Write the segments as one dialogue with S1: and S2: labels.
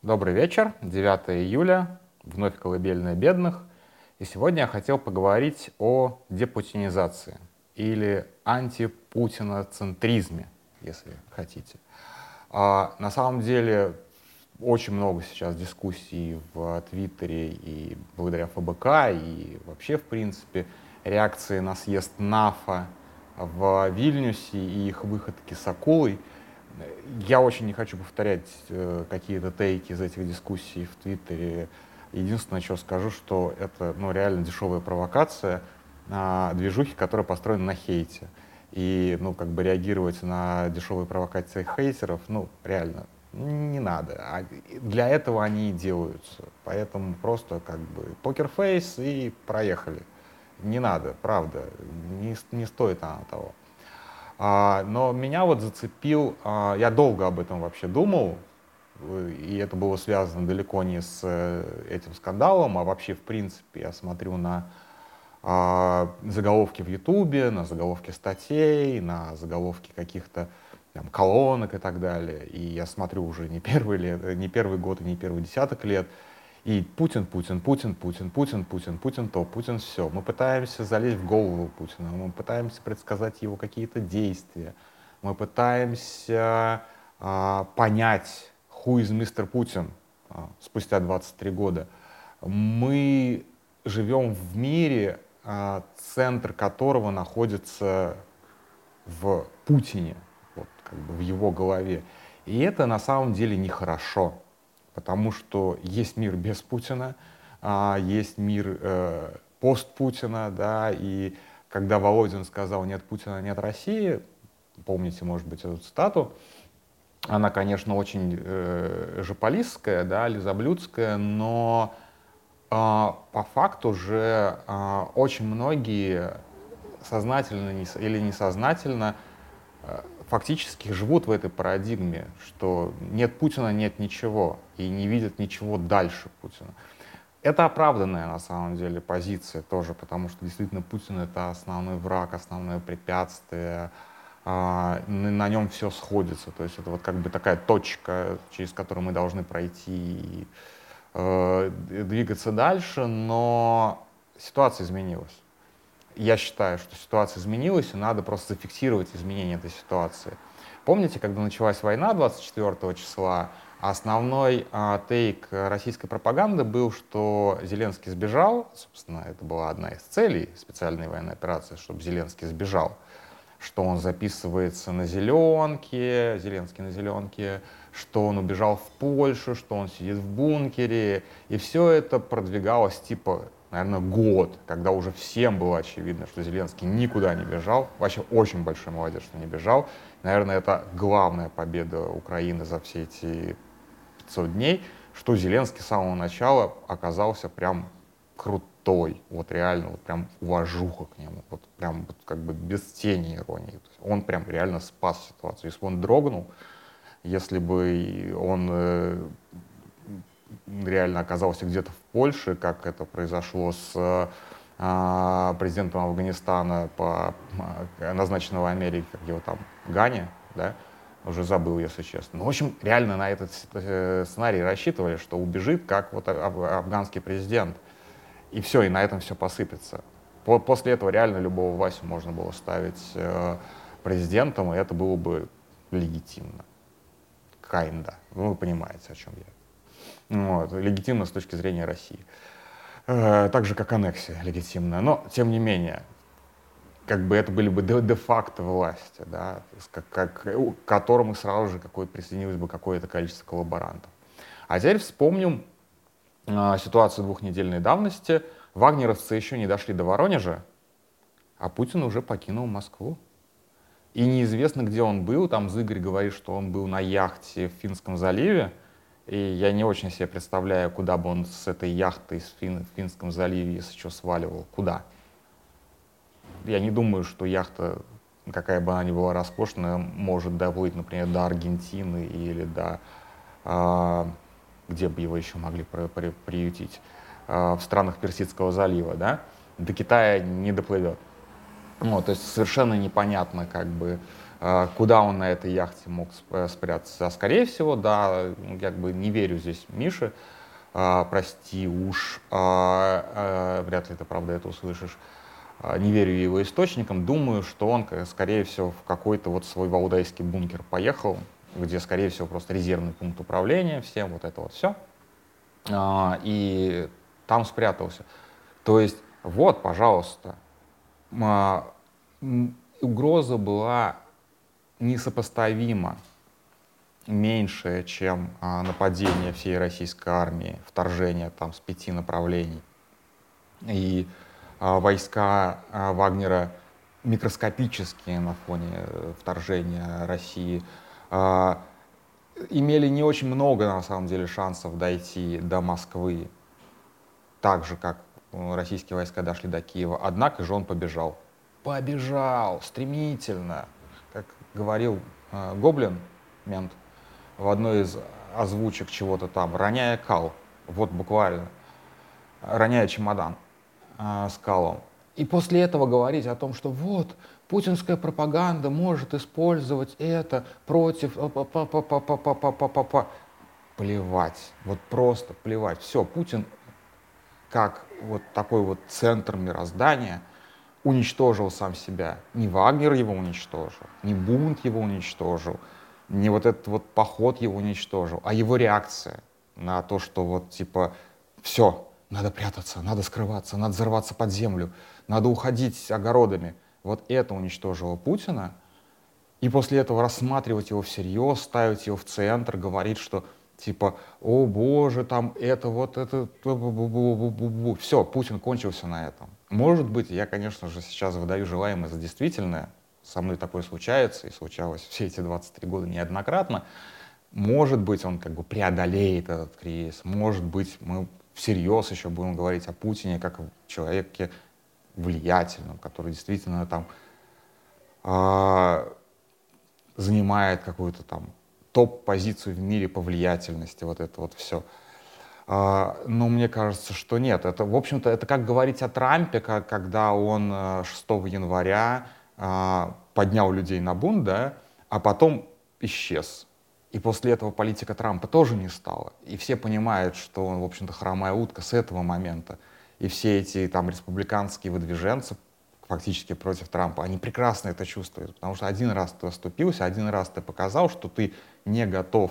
S1: Добрый вечер, 9 июля, вновь колыбельная бедных. И сегодня я хотел поговорить о депутинизации или антипутиноцентризме, если хотите. На самом деле очень много сейчас дискуссий в Твиттере и благодаря ФБК, и вообще, в принципе, реакции на съезд НАФа в Вильнюсе и их выходки с акулой. Я очень не хочу повторять какие-то тейки из этих дискуссий в Твиттере. Единственное, что скажу, что это реально дешевая провокация движухи, которая построена на хейте. И реагировать на дешевые провокации хейтеров, реально не надо. Для этого они и делаются. Поэтому просто покерфейс и проехали. Не надо, правда. Не стоит она того. Но меня вот зацепил, я долго об этом вообще думал, и это было связано далеко не с этим скандалом, а вообще, в принципе, я смотрю на заголовки в Ютубе, на заголовки статей, на заголовки каких-то там колонок и так далее. И я смотрю уже не первый год и не первый десяток лет. И Путин, Путин, Путин, Путин, Путин, Путин, Путин то, Путин все. Мы пытаемся залезть в голову Путина, мы пытаемся предсказать его какие-то действия, мы пытаемся понять, who is Mr. Putin спустя 23 года. Мы живем в мире, центр которого находится в Путине, вот, в его голове. И это на самом деле нехорошо. Потому что есть мир без Путина, есть мир пост-Путина, да, и когда Володин сказал «нет Путина, нет России», помните, может быть, эту цитату, она, конечно, очень жополистская, да, лизоблюдская, но по факту же очень многие сознательно или несознательно фактически живут в этой парадигме, что нет Путина, нет ничего, и не видят ничего дальше Путина. Это оправданная на самом деле позиция тоже, потому что действительно Путин — это основной враг, основное препятствие, на нем все сходится, то есть это вот такая точка, через которую мы должны пройти и двигаться дальше, но ситуация изменилась. Я считаю, что ситуация изменилась, и надо просто зафиксировать изменение этой ситуации. Помните, когда началась война 24 числа, основной тейк российской пропаганды был, что Зеленский сбежал, собственно, это была одна из целей специальной военной операции, чтобы Зеленский сбежал, что он записывается на зеленке, Зеленский на зеленке, что он убежал в Польшу, что он сидит в бункере, и все это продвигалось наверное, год, когда уже всем было очевидно, что Зеленский никуда не бежал. Вообще очень большой молодец, что не бежал. Наверное, это главная победа Украины за все эти 500 дней, что Зеленский с самого начала оказался прям крутой. Вот реально, вот прям уважуха к нему. Вот прям без тени иронии. То есть он прям реально спас ситуацию. Если бы он дрогнул, если бы он реально оказался где-то в Польше, как это произошло с президентом Афганистана, назначенного Америкой, как его там, Гани, да, уже забыл, если честно. Ну, в общем, реально на этот сценарий рассчитывали, что убежит, как вот афганский президент. И все, и на этом все посыпется. После этого реально любого Васю можно было ставить президентом, и это было бы легитимно. Kinda. Вы понимаете, о чем я. Вот, легитимно с точки зрения России. Так же, как аннексия легитимная. Но, тем не менее, это были бы де-факто власти, да, к которым сразу же присоединилось бы какое-то количество коллаборантов. А теперь вспомним ситуацию двухнедельной давности. Вагнеровцы еще не дошли до Воронежа, а Путин уже покинул Москву. И неизвестно, где он был. Там Зыгорь говорит, что он был на яхте в Финском заливе. И я не очень себе представляю, куда бы он с этой яхтой в Финском заливе, если что, сваливал. Куда? Я не думаю, что яхта, какая бы она ни была роскошная, может доплыть, например, до Аргентины или где бы его еще могли приютить, в странах Персидского залива, да? До Китая не доплывет. То есть совершенно непонятно, Куда он на этой яхте мог спрятаться? Скорее всего, да, как бы не верю здесь Мише, прости уж, вряд ли ты, правда, это услышишь. Не верю его источникам, думаю, что он, скорее всего, в какой-то вот свой валдайский бункер поехал, где, скорее всего, просто резервный пункт управления, всем вот это вот все, и там спрятался. То есть, вот, пожалуйста, угроза была несопоставимо меньшее, чем нападение всей российской армии, вторжение там с 5 направлений. И войска Вагнера микроскопические на фоне вторжения России имели не очень много, на самом деле, шансов дойти до Москвы, так же, как российские войска дошли до Киева. Однако же он побежал. Побежал стремительно, как говорил Гоблин, мент, в одной из озвучек чего-то там, роняя кал, вот буквально, роняя чемодан с калом. И после этого говорить о том, что вот, путинская пропаганда может использовать это против... Плевать, вот просто плевать. Все, Путин как вот такой вот центр мироздания уничтожил сам себя. Не Вагнер его уничтожил, не бунт его уничтожил, не вот этот вот поход его уничтожил, а его реакция на то, что вот типа все, надо прятаться, надо скрываться, надо взорваться под землю, надо уходить огородами. Вот это уничтожило Путина. И после этого рассматривать его всерьез, ставить его в центр, говорить, что типа, о боже, там это вот, это... Все, Путин кончился на этом. Может быть, я, конечно же, сейчас выдаю желаемое за действительное. Со мной такое случается, и случалось все эти 23 года неоднократно. Может быть, он как бы преодолеет этот кризис. Может быть, мы всерьез еще будем говорить о Путине как о человеке влиятельном, который действительно там занимает какую-то там топ-позицию в мире по влиятельности, вот это вот все. Но мне кажется, что нет. Это, в общем-то, это как говорить о Трампе, когда он 6 января поднял людей на бунт, да, а потом исчез. И после этого политика Трампа тоже не стала. И все понимают, что он, в общем-то, хромая утка с этого момента. И все эти там республиканские выдвиженцы фактически против Трампа, они прекрасно это чувствуют, потому что один раз ты оступился, один раз ты показал, что ты не готов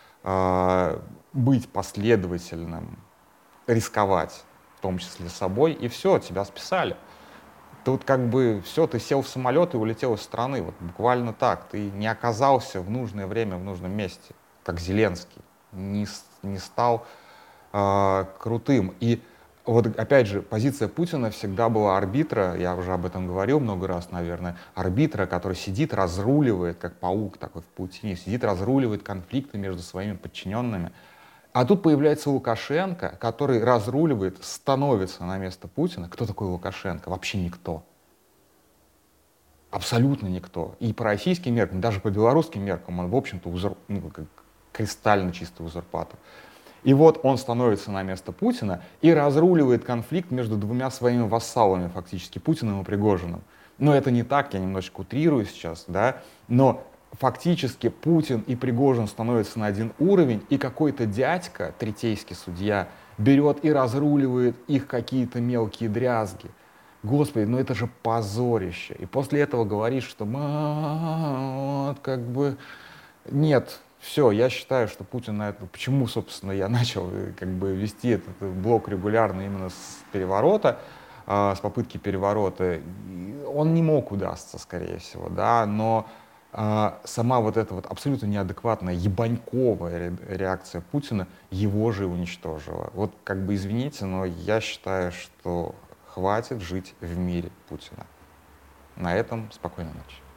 S1: быть последовательным, рисковать, в том числе собой, и все, тебя списали. Тут как бы все, ты сел в самолет и улетел из страны, вот буквально так. Ты не оказался в нужное время, в нужном месте, как Зеленский, не стал крутым. И вот опять же, позиция Путина всегда была арбитра, я уже об этом говорил много раз, наверное, арбитра, который сидит, разруливает, как паук такой в паутине, сидит, разруливает конфликты между своими подчиненными. А тут появляется Лукашенко, который разруливает, становится на место Путина. Кто такой Лукашенко? Вообще никто. Абсолютно никто. И по российским меркам, даже по белорусским меркам, он, в общем-то, кристально чистый узурпатор. И вот он становится на место Путина и разруливает конфликт между двумя своими вассалами, фактически, Путиным и Пригожиным. Но это не так, я немножечко утрирую сейчас, да, но фактически Путин и Пригожин становятся на один уровень, и какой-то дядька, третейский судья, берет и разруливает их какие-то мелкие дрязги. Господи, ну это же позорище. И после этого говоришь, что вот, как бы нет, все, я считаю, что Путин на это... Почему, собственно, я начал как бы вести этот блок регулярно именно с переворота, с попытки переворота. Он не мог удастся, скорее всего, да, но сама вот эта вот абсолютно неадекватная, ебаньковая реакция Путина его же уничтожила. Вот как бы извините, но я считаю, что хватит жить в мире Путина. На этом спокойной ночи.